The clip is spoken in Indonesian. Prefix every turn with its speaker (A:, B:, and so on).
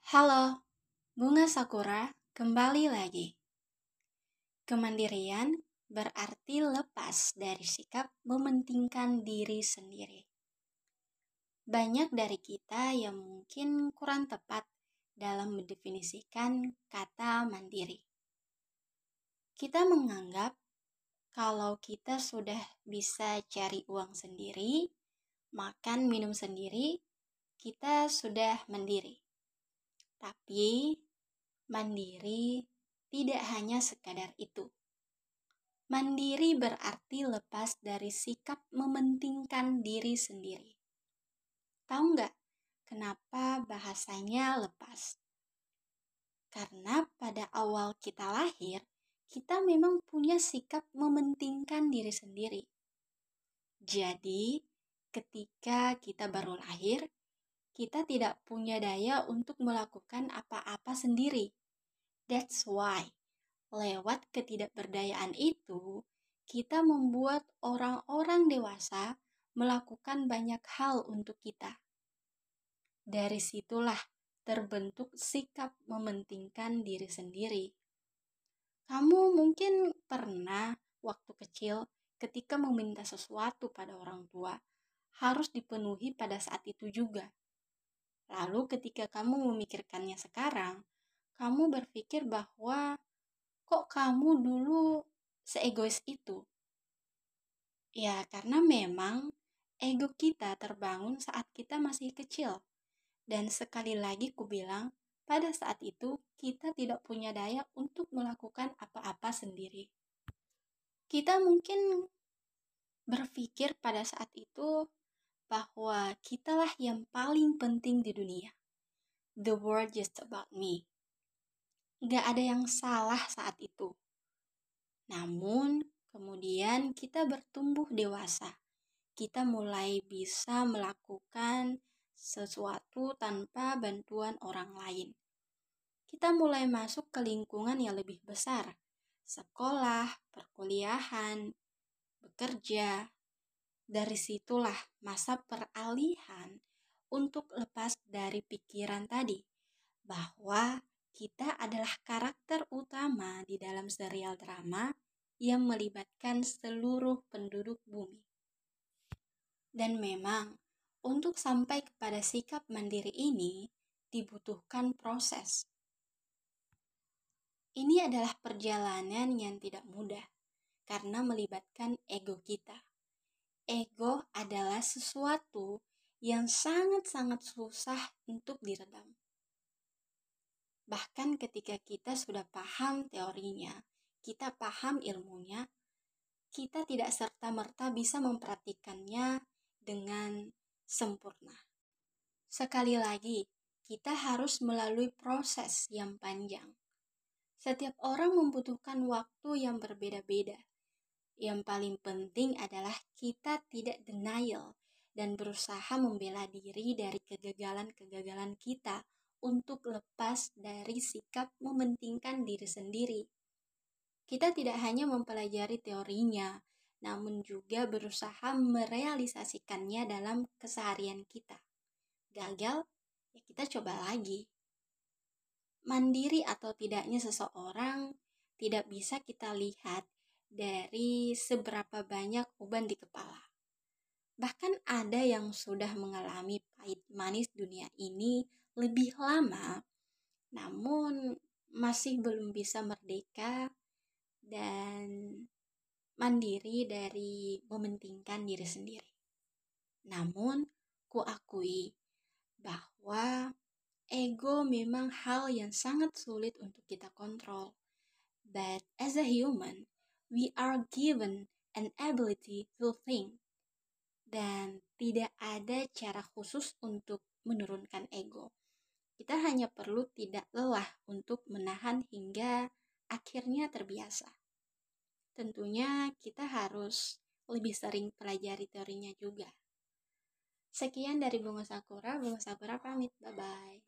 A: Halo, Bunga Sakura kembali lagi. Kemandirian berarti lepas dari sikap mementingkan diri sendiri. Banyak dari kita yang mungkin kurang tepat dalam mendefinisikan kata mandiri. Kita menganggap kalau kita sudah bisa cari uang sendiri, makan minum sendiri, kita sudah mandiri. Tapi mandiri tidak hanya sekadar itu. Mandiri berarti lepas dari sikap mementingkan diri sendiri. Tahu nggak kenapa bahasanya lepas? Karena pada awal kita lahir, kita memang punya sikap mementingkan diri sendiri. Jadi, ketika kita baru lahir, kita tidak punya daya untuk melakukan apa-apa sendiri. That's why, lewat ketidakberdayaan itu, kita membuat orang-orang dewasa melakukan banyak hal untuk kita. Dari situlah terbentuk sikap mementingkan diri sendiri. Kamu mungkin pernah waktu kecil ketika meminta sesuatu pada orang tua, harus dipenuhi pada saat itu juga. Lalu ketika kamu memikirkannya sekarang, kamu berpikir bahwa kok kamu dulu seegois itu? Ya, karena memang ego kita terbangun saat kita masih kecil. Dan sekali lagi ku bilang, pada saat itu kita tidak punya daya untuk melakukan apa-apa sendiri. Kita mungkin berpikir pada saat itu bahwa kitalah yang paling penting di dunia. The world just about me. Gak ada yang salah saat itu. Namun, kemudian kita bertumbuh dewasa. Kita mulai bisa melakukan sesuatu tanpa bantuan orang lain. Kita mulai masuk ke lingkungan yang lebih besar. Sekolah, perkuliahan, bekerja. Dari situlah masa peralihan untuk lepas dari pikiran tadi. Bahwa kita adalah karakter utama di dalam serial drama yang melibatkan seluruh penduduk bumi. Dan memang, untuk sampai kepada sikap mandiri ini, dibutuhkan proses. Ini adalah perjalanan yang tidak mudah, karena melibatkan ego kita. Ego adalah sesuatu yang sangat-sangat susah untuk diredam. Bahkan ketika kita sudah paham teorinya, kita paham ilmunya, kita tidak serta-merta bisa mempraktikkannya dengan sempurna. Sekali lagi, kita harus melalui proses yang panjang. Setiap orang membutuhkan waktu yang berbeda-beda. Yang paling penting adalah kita tidak denial dan berusaha membela diri dari kegagalan-kegagalan kita untuk lepas dari sikap mementingkan diri sendiri. Kita tidak hanya mempelajari teorinya, namun juga berusaha merealisasikannya dalam keseharian kita. Gagal, ya kita coba lagi. Mandiri atau tidaknya seseorang tidak bisa kita lihat dari seberapa banyak uban di kepala. Bahkan ada yang sudah mengalami pahit manis dunia ini lebih lama, namun masih belum bisa merdeka dan mandiri dari mementingkan diri sendiri. Namun, ku akui bahwa ego memang hal yang sangat sulit untuk kita kontrol. But as a human, we are given an ability to think. Dan tidak ada cara khusus untuk menurunkan ego. Kita hanya perlu tidak lelah untuk menahan hingga akhirnya terbiasa. Tentunya kita harus lebih sering pelajari teorinya juga. Sekian dari Bunga Sakura pamit, bye-bye.